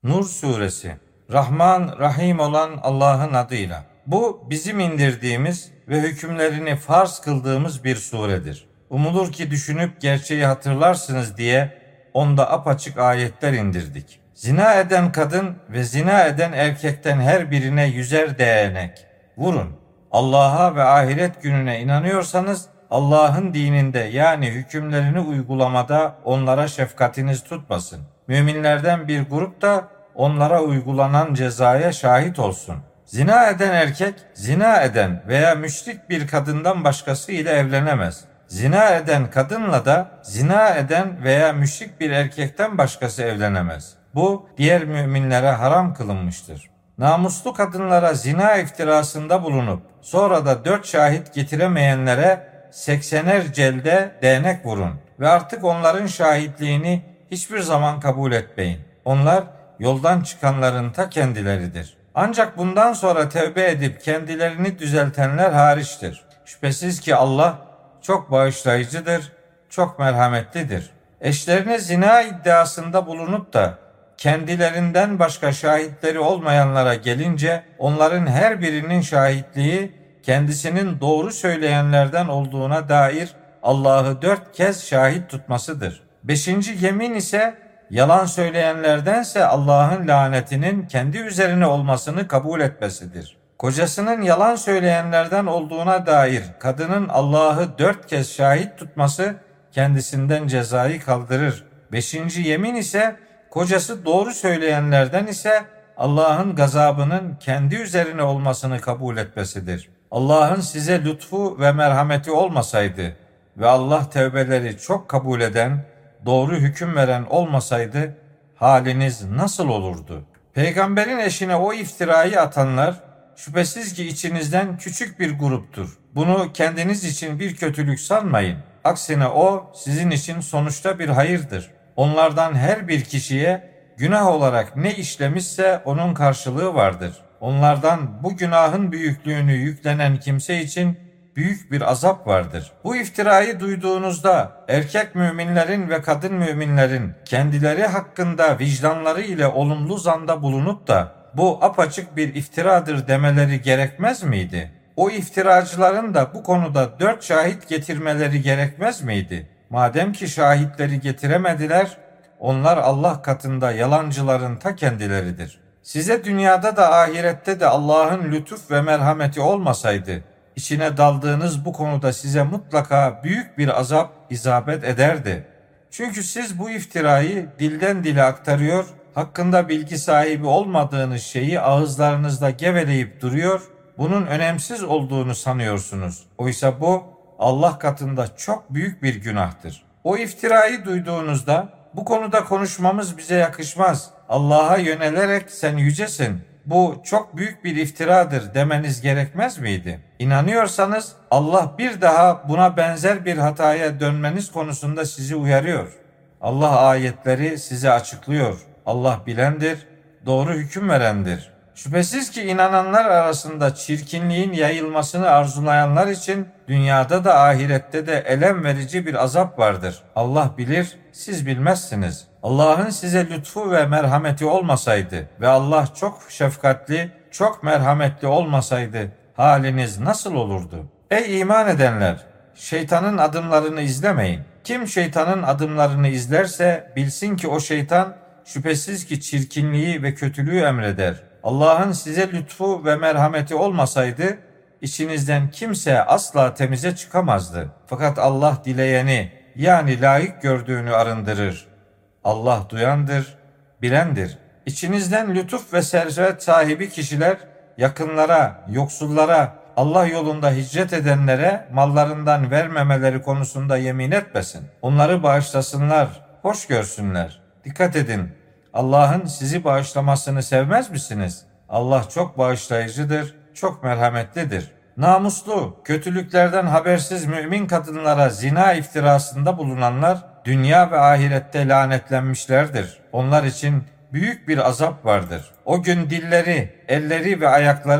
Nur Suresi. Rahman, Rahim olan Allah'ın adıyla. Bu bizim indirdiğimiz ve hükümlerini farz kıldığımız bir suredir. Umulur ki düşünüp gerçeği hatırlarsınız diye onda apaçık ayetler indirdik. Zina eden kadın ve zina eden erkekten her birine 100'er değnek vurun. Allah'a ve ahiret gününe inanıyorsanız Allah'ın dininde yani hükümlerini uygulamada onlara şefkatiniz tutmasın. Müminlerden bir grup da onlara uygulanan cezaya şahit olsun. Zina eden erkek, zina eden veya müşrik bir kadından başkası ile evlenemez. Zina eden kadınla da zina eden veya müşrik bir erkekten başkası evlenemez. Bu diğer müminlere haram kılınmıştır. Namuslu kadınlara zina iftirasında bulunup sonra da 4 şahit getiremeyenlere 80'er celde değnek vurun ve artık onların şahitliğini hiçbir zaman kabul etmeyin. Onlar yoldan çıkanların ta kendileridir. Ancak bundan sonra tevbe edip kendilerini düzeltenler hariçtir. Şüphesiz ki Allah çok bağışlayıcıdır, çok merhametlidir. Eşlerine zina iddiasında bulunup da kendilerinden başka şahitleri olmayanlara gelince onların her birinin şahitliği kendisinin doğru söyleyenlerden olduğuna dair Allah'ı 4 kez şahit tutmasıdır. 5. yemin ise yalan söyleyenlerdense Allah'ın lanetinin kendi üzerine olmasını kabul etmesidir. Kocasının yalan söyleyenlerden olduğuna dair kadının Allah'ı 4 kez şahit tutması kendisinden cezayı kaldırır. 5. yemin ise kocası doğru söyleyenlerden ise Allah'ın gazabının kendi üzerine olmasını kabul etmesidir. Allah'ın size lütfu ve merhameti olmasaydı ve Allah tevbeleri çok kabul eden, doğru hüküm veren olmasaydı haliniz nasıl olurdu? Peygamberin eşine o iftirayı atanlar şüphesiz ki içinizden küçük bir gruptur. Bunu kendiniz için bir kötülük sanmayın. Aksine o sizin için sonuçta bir hayırdır. Onlardan her bir kişiye günah olarak ne işlemişse onun karşılığı vardır. Onlardan bu günahın büyüklüğünü yüklenen kimse için büyük bir azap vardır. Bu iftirayı duyduğunuzda erkek müminlerin ve kadın müminlerin kendileri hakkında vicdanları ile olumlu zanda bulunup da bu apaçık bir iftiradır demeleri gerekmez miydi? O iftiracıların da bu konuda 4 şahit getirmeleri gerekmez miydi? Madem ki şahitleri getiremediler, onlar Allah katında yalancıların ta kendileridir. Size dünyada da ahirette de Allah'ın lütuf ve merhameti olmasaydı, içine daldığınız bu konuda size mutlaka büyük bir azap isabet ederdi. Çünkü siz bu iftirayı dilden dile aktarıyor, hakkında bilgi sahibi olmadığınız şeyi ağızlarınızda geveleyip duruyor, bunun önemsiz olduğunu sanıyorsunuz. Oysa bu Allah katında çok büyük bir günahtır. O iftirayı duyduğunuzda bu konuda konuşmamız bize yakışmaz. Allah'a yönelerek sen yücesin, bu çok büyük bir iftiradır demeniz gerekmez miydi? İnanıyorsanız Allah bir daha buna benzer bir hataya dönmeniz konusunda sizi uyarıyor. Allah ayetleri size açıklıyor. Allah bilendir, doğru hüküm verendir. Şüphesiz ki inananlar arasında çirkinliğin yayılmasını arzulayanlar için dünyada da ahirette de elem verici bir azap vardır. Allah bilir, siz bilmezsiniz. Allah'ın size lütfu ve merhameti olmasaydı ve Allah çok şefkatli, çok merhametli olmasaydı haliniz nasıl olurdu? Ey iman edenler! Şeytanın adımlarını izlemeyin. Kim şeytanın adımlarını izlerse bilsin ki o şeytan şüphesiz ki çirkinliği ve kötülüğü emreder. Allah'ın size lütfu ve merhameti olmasaydı içinizden kimse asla temize çıkamazdı. Fakat Allah dileyeni yani layık gördüğünü arındırır. Allah duyandır, bilendir. İçinizden lütuf ve servet sahibi kişiler yakınlara, yoksullara, Allah yolunda hicret edenlere mallarından vermemeleri konusunda yemin etmesin. Onları bağışlasınlar, hoş görsünler. Dikkat edin, Allah'ın sizi bağışlamasını sevmez misiniz? Allah çok bağışlayıcıdır, çok merhametlidir. Namuslu, kötülüklerden habersiz mümin kadınlara zina iftirasında bulunanlar dünya ve ahirette lanetlenmişlerdir. Onlar için büyük bir azap vardır. O gün dilleri, elleri ve ayakları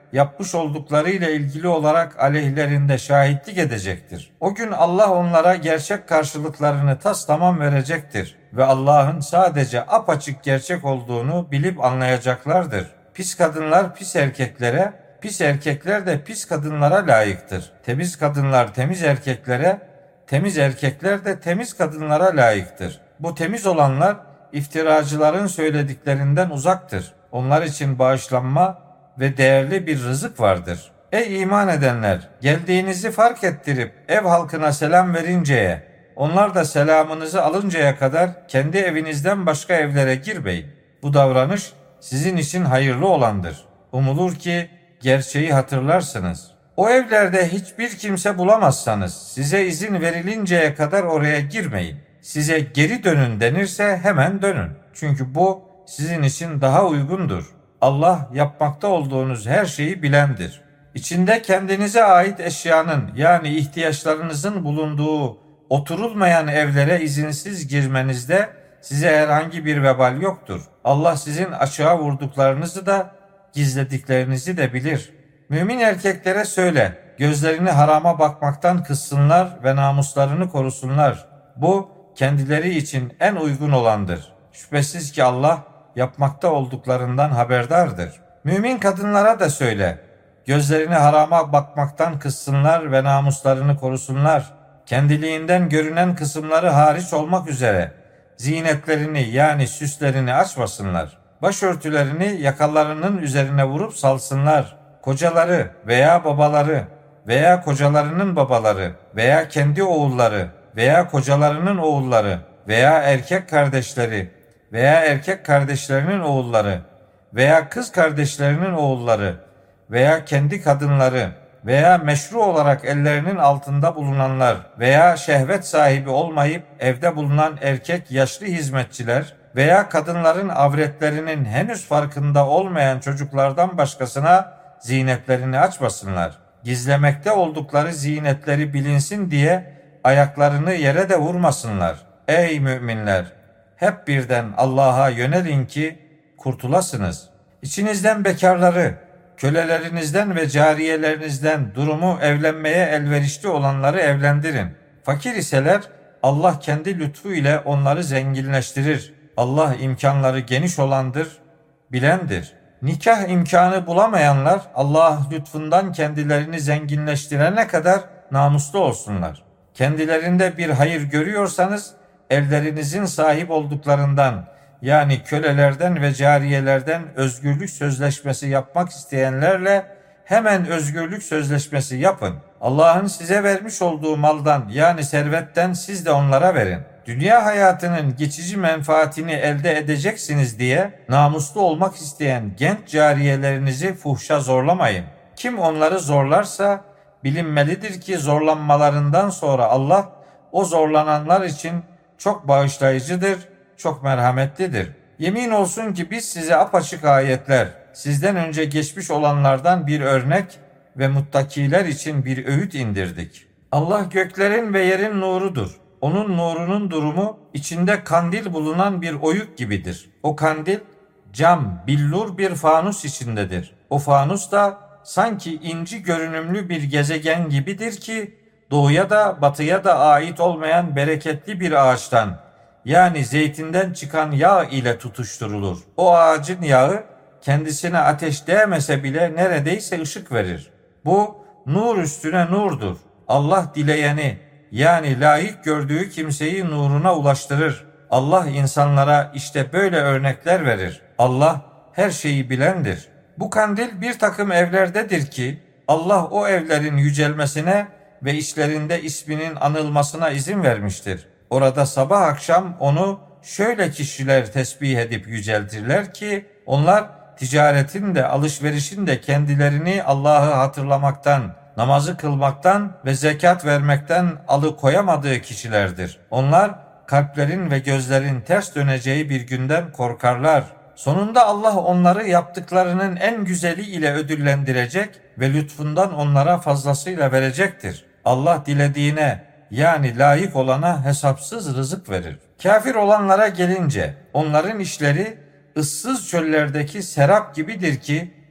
yapmış olduklarıyla ilgili olarak aleyhlerinde şahitlik edecektir. O gün Allah onlara gerçek karşılıklarını tamam verecektir ve Allah'ın sadece apaçık gerçek olduğunu bilip anlayacaklardır. Pis kadınlar pis erkeklere, pis erkekler de pis kadınlara layıktır. Temiz kadınlar temiz erkeklere, temiz erkekler de temiz kadınlara layıktır. Bu temiz olanlar iftiracıların söylediklerinden uzaktır. Onlar için bağışlanma ve değerli bir rızık vardır. Ey iman edenler! Geldiğinizi fark ettirip ev halkına selam verinceye, onlar da selamınızı alıncaya kadar kendi evinizden başka evlere girmeyin. Bu davranış sizin için hayırlı olandır. Umulur ki gerçeği hatırlarsınız. O evlerde hiçbir kimse bulamazsanız size izin verilinceye kadar oraya girmeyin. Size geri dönün denirse hemen dönün. Çünkü bu sizin için daha uygundur. Allah yapmakta olduğunuz her şeyi bilendir. İçinde kendinize ait eşyanın yani ihtiyaçlarınızın bulunduğu oturulmayan evlere izinsiz girmenizde size herhangi bir vebal yoktur. Allah sizin açığa vurduklarınızı da gizlediklerinizi de bilir. Mümin erkeklere söyle, gözlerini harama bakmaktan kıssınlar ve namuslarını korusunlar. Bu kendileri için en uygun olandır. Şüphesiz ki Allah yapmakta olduklarından haberdardır. Mümin kadınlara da söyle, gözlerini harama bakmaktan kıssınlar ve namuslarını korusunlar. Kendiliğinden görünen kısımları hariç olmak üzere zinetlerini yani süslerini açmasınlar. Başörtülerini yakalarının üzerine vurup salsınlar. Kocaları veya babaları veya kocalarının babaları veya kendi oğulları veya kocalarının oğulları veya erkek kardeşleri veya erkek kardeşlerinin oğulları veya kız kardeşlerinin oğulları veya kendi kadınları veya meşru olarak ellerinin altında bulunanlar veya şehvet sahibi olmayıp evde bulunan erkek yaşlı hizmetçiler veya kadınların avretlerinin henüz farkında olmayan çocuklardan başkasına zinetlerini açmasınlar. Gizlemekte oldukları zinetleri bilinsin diye ayaklarını yere de vurmasınlar. Ey müminler! Hep birden Allah'a yönelin ki kurtulasınız. İçinizden bekarları, kölelerinizden ve cariyelerinizden durumu evlenmeye elverişli olanları evlendirin. Fakir iseler Allah kendi lütfu ile onları zenginleştirir. Allah imkanları geniş olandır, bilendir. Nikah imkanı bulamayanlar Allah lütfundan kendilerini zenginleştirene kadar namuslu olsunlar. Kendilerinde bir hayır görüyorsanız evlerinizin sahip olduklarından yani kölelerden ve cariyelerden özgürlük sözleşmesi yapmak isteyenlerle hemen özgürlük sözleşmesi yapın. Allah'ın size vermiş olduğu maldan yani servetten siz de onlara verin. Dünya hayatının geçici menfaatini elde edeceksiniz diye namuslu olmak isteyen genç cariyelerinizi fuhşa zorlamayın. Kim onları zorlarsa bilinmelidir ki zorlanmalarından sonra Allah o zorlananlar için çok bağışlayıcıdır, çok merhametlidir. Yemin olsun ki biz size apaçık ayetler, sizden önce geçmiş olanlardan bir örnek ve muttakiler için bir öğüt indirdik. Allah göklerin ve yerin nurudur. Onun nurunun durumu içinde kandil bulunan bir oyuk gibidir. O kandil cam, billur bir fanus içindedir. O fanus da sanki inci görünümlü bir gezegen gibidir ki doğuya da batıya da ait olmayan bereketli bir ağaçtan yani zeytinden çıkan yağ ile tutuşturulur. O ağacın yağı kendisine ateş değmese bile neredeyse ışık verir. Bu nur üstüne nurdur. Allah dileyeni yani layık gördüğü kimseyi nuruna ulaştırır. Allah insanlara işte böyle örnekler verir. Allah her şeyi bilendir. Bu kandil bir takım evlerdedir ki Allah o evlerin yücelmesine ve içlerinde isminin anılmasına izin vermiştir. Orada sabah akşam onu şöyle kişiler tesbih edip yüceltirler ki onlar ticaretin de alışverişin de kendilerini Allah'ı hatırlamaktan, namazı kılmaktan ve zekat vermekten alıkoyamadığı kişilerdir. Onlar kalplerin ve gözlerin ters döneceği bir günden korkarlar. Sonunda Allah onları yaptıklarının en güzeli ile ödüllendirecek ve lütfundan onlara fazlasıyla verecektir. Allah dilediğine yani layık olana hesapsız rızık verir. Kafir olanlara gelince onların işleri ıssız çöllerdeki serap gibidir ki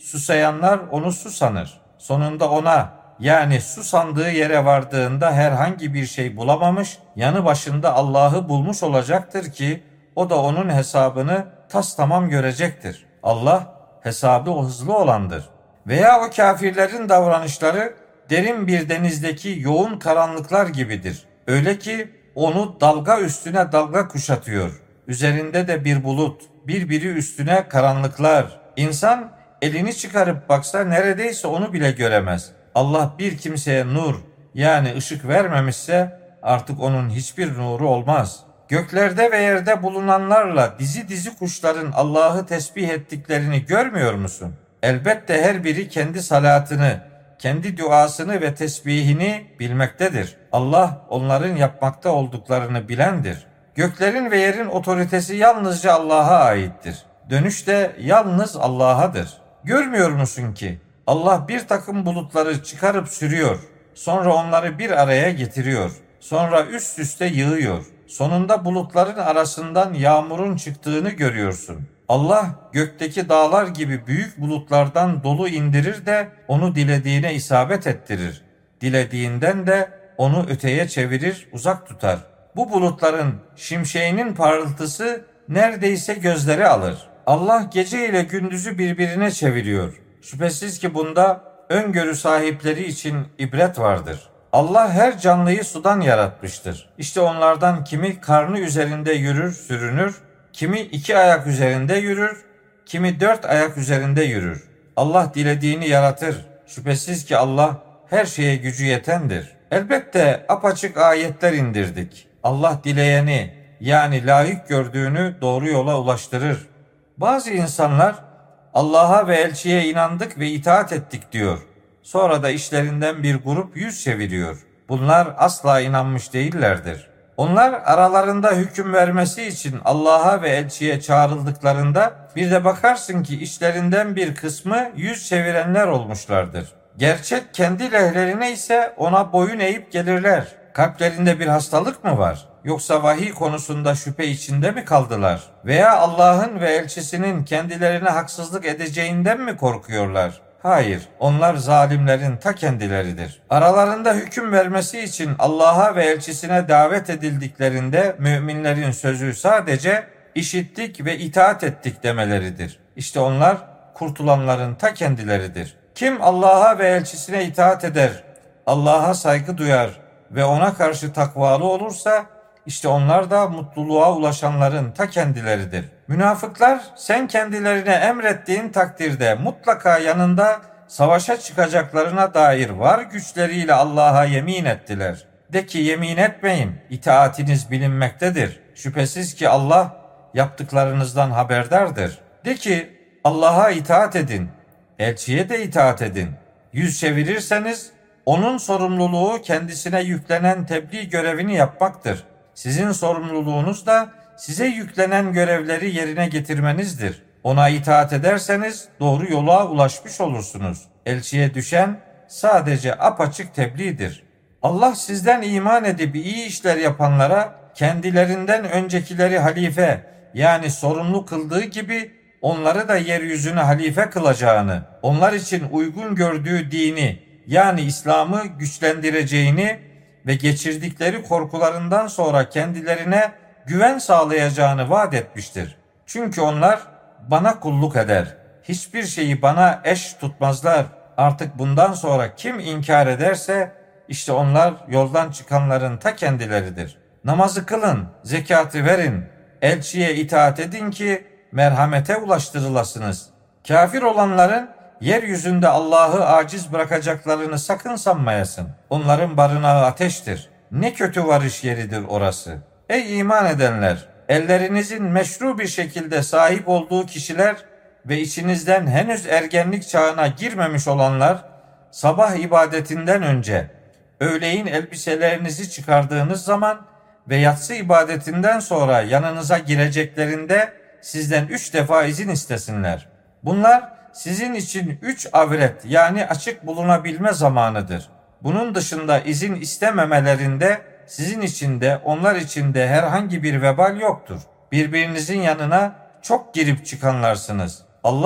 susayanlar onu su sanır. Sonunda ona, yani su sandığı yere vardığında herhangi bir şey bulamamış, yanı başında Allah'ı bulmuş olacaktır ki o da onun hesabını tamam görecektir. Allah hesabı hızlı olandır. Veya o kafirlerin davranışları derin bir denizdeki yoğun karanlıklar gibidir. Öyle ki onu dalga üstüne dalga kuşatıyor. Üzerinde de bir bulut, birbiri üstüne karanlıklar. İnsan elini çıkarıp baksa neredeyse onu bile göremez. Allah bir kimseye nur, yani ışık vermemişse artık onun hiçbir nuru olmaz. Göklerde ve yerde bulunanlarla dizi dizi kuşların Allah'ı tesbih ettiklerini görmüyor musun? Elbette her biri kendi salatını, kendi duasını ve tesbihini bilmektedir. Allah onların yapmakta olduklarını bilendir. Göklerin ve yerin otoritesi yalnızca Allah'a aittir. Dönüş de yalnız Allah'adır. Görmüyor musun ki Allah bir takım bulutları çıkarıp sürüyor. Sonra onları bir araya getiriyor. Sonra üst üste yığıyor. Sonunda bulutların arasından yağmurun çıktığını görüyorsun. Allah gökteki dağlar gibi büyük bulutlardan dolu indirir de onu dilediğine isabet ettirir. Dilediğinden de onu öteye çevirir, uzak tutar. Bu bulutların şimşeğinin parıltısı neredeyse gözleri alır. Allah gece ile gündüzü birbirine çeviriyor. Şüphesiz ki bunda öngörü sahipleri için ibret vardır. Allah her canlıyı sudan yaratmıştır. İşte onlardan kimi karnı üzerinde yürür, sürünür, kimi 2 ayak üzerinde yürür, kimi 4 ayak üzerinde yürür. Allah dilediğini yaratır. Şüphesiz ki Allah her şeye gücü yetendir. Elbette apaçık ayetler indirdik. Allah dileyeni, yani layık gördüğünü doğru yola ulaştırır. Bazı insanlar Allah'a ve elçiye inandık ve itaat ettik diyor. Sonra da işlerinden bir grup yüz çeviriyor. Bunlar asla inanmış değillerdir. Onlar aralarında hüküm vermesi için Allah'a ve elçiye çağrıldıklarında bir de bakarsın ki işlerinden bir kısmı yüz çevirenler olmuşlardır. Gerçek kendi lehlerine ise ona boyun eğip gelirler. Kalplerinde bir hastalık mı var? Yoksa vahiy konusunda şüphe içinde mi kaldılar? Veya Allah'ın ve elçisinin kendilerine haksızlık edeceğinden mi korkuyorlar? Hayır, onlar zalimlerin ta kendileridir. Aralarında hüküm vermesi için Allah'a ve elçisine davet edildiklerinde müminlerin sözü sadece işittik ve itaat ettik demeleridir. İşte onlar kurtulanların ta kendileridir. Kim Allah'a ve elçisine itaat eder, Allah'a saygı duyar ve ona karşı takvalı olursa işte onlar da mutluluğa ulaşanların ta kendileridir. Münafıklar sen kendilerine emrettiğin takdirde mutlaka yanında savaşa çıkacaklarına dair var güçleriyle Allah'a yemin ettiler. De ki yemin etmeyin, itaatiniz bilinmektedir. Şüphesiz ki Allah yaptıklarınızdan haberdardır. De ki Allah'a itaat edin, elçiye de itaat edin. Yüz çevirirseniz onun sorumluluğu kendisine yüklenen tebliğ görevini yapmaktır. Sizin sorumluluğunuz da size yüklenen görevleri yerine getirmenizdir. Ona itaat ederseniz doğru yola ulaşmış olursunuz. Elçiye düşen sadece apaçık tebliğdir. Allah sizden iman edip iyi işler yapanlara kendilerinden öncekileri halife, yani sorumlu kıldığı gibi onları da yeryüzüne halife kılacağını, onlar için uygun gördüğü dini, yani İslam'ı güçlendireceğini ve geçirdikleri korkularından sonra kendilerine güven sağlayacağını vaat etmiştir. Çünkü onlar bana kulluk eder. Hiçbir şeyi bana eş tutmazlar. Artık bundan sonra kim inkar ederse işte onlar yoldan çıkanların ta kendileridir. Namazı kılın, zekatı verin, elçiye itaat edin ki merhamete ulaştırılasınız. Kafir olanların yeryüzünde Allah'ı aciz bırakacaklarını sakın sanmayasın. Onların barınağı ateştir. Ne kötü varış yeridir orası. Ey iman edenler! Ellerinizin meşru bir şekilde sahip olduğu kişiler ve içinizden henüz ergenlik çağına girmemiş olanlar, sabah ibadetinden önce öğleyin elbiselerinizi çıkardığınız zaman ve yatsı ibadetinden sonra yanınıza gireceklerinde sizden 3 defa izin istesinler. Bunlar sizin için 3 avret, yani açık bulunabilme zamanıdır. Bunun dışında izin istememelerinde sizin için de onlar için de herhangi bir vebal yoktur. Birbirinizin yanına çok girip çıkanlarsınız. Allah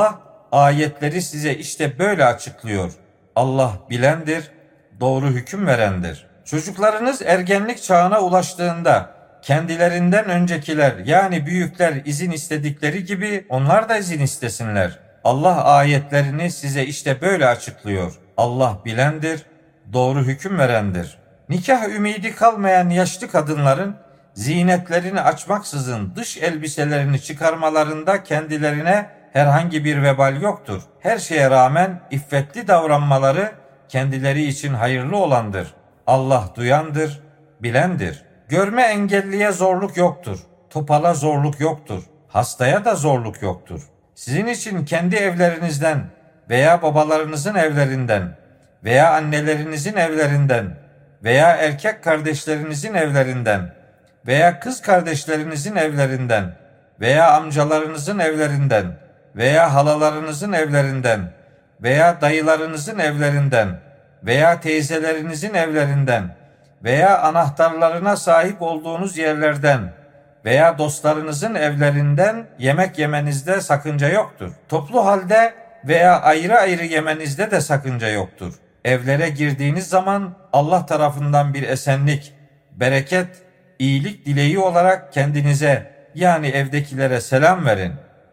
ayetleri size işte böyle açıklıyor. Allah bilendir, doğru hüküm verendir. Çocuklarınız ergenlik çağına ulaştığında kendilerinden öncekiler yani büyükler izin istedikleri gibi onlar da izin istesinler. Allah ayetlerini size işte böyle açıklıyor. Allah bilendir, doğru hüküm verendir. Nikah ümidi kalmayan yaşlı kadınların zinetlerini açmaksızın dış elbiselerini çıkarmalarında kendilerine herhangi bir vebal yoktur. Her şeye rağmen iffetli davranmaları kendileri için hayırlı olandır. Allah duyandır, bilendir. Görme engelliye zorluk yoktur. Topala zorluk yoktur. Hastaya da zorluk yoktur. Sizin için kendi evlerinizden veya babalarınızın evlerinden veya annelerinizin evlerinden veya erkek kardeşlerinizin evlerinden veya kız kardeşlerinizin evlerinden veya amcalarınızın evlerinden veya halalarınızın evlerinden veya dayılarınızın evlerinden veya teyzelerinizin evlerinden veya anahtarlarına sahip olduğunuz yerlerden veya dostlarınızın evlerinden yemek yemenizde sakınca yoktur. Toplu halde veya ayrı ayrı yemenizde de sakınca yoktur. Evlere girdiğiniz zaman Allah tarafından bir esenlik, bereket, iyilik dileği olarak kendinize yani evdekilere selam verin.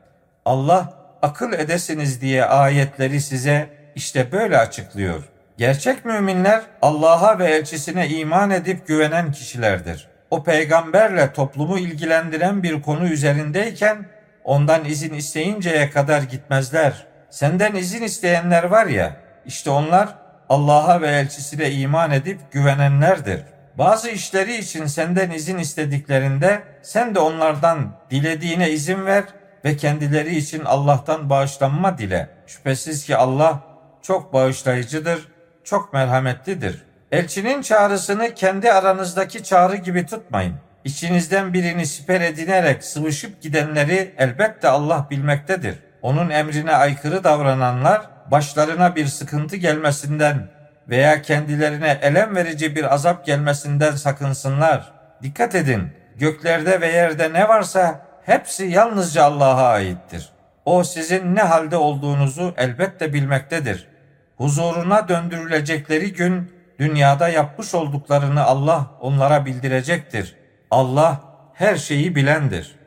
Allah akıl edesiniz diye ayetleri size işte böyle açıklıyor. Gerçek müminler Allah'a ve elçisine iman edip güvenen kişilerdir. O peygamberle toplumu ilgilendiren bir konu üzerindeyken ondan izin isteyinceye kadar gitmezler. Senden izin isteyenler var ya, işte onlar Allah'a ve elçisine iman edip güvenenlerdir. Bazı işleri için senden izin istediklerinde sen de onlardan dilediğine izin ver ve kendileri için Allah'tan bağışlanma dile. Şüphesiz ki Allah çok bağışlayıcıdır, çok merhametlidir. Elçinin çağrısını kendi aranızdaki çağrı gibi tutmayın. İçinizden birini siper edinerek sıvışıp gidenleri elbette Allah bilmektedir. Onun emrine aykırı davrananlar başlarına bir sıkıntı gelmesinden veya kendilerine elem verici bir azap gelmesinden sakınsınlar. Dikkat edin, göklerde ve yerde ne varsa hepsi yalnızca Allah'a aittir. O sizin ne halde olduğunuzu elbette bilmektedir. Huzuruna döndürülecekleri gün dünyada yapmış olduklarını Allah onlara bildirecektir. Allah her şeyi bilendir.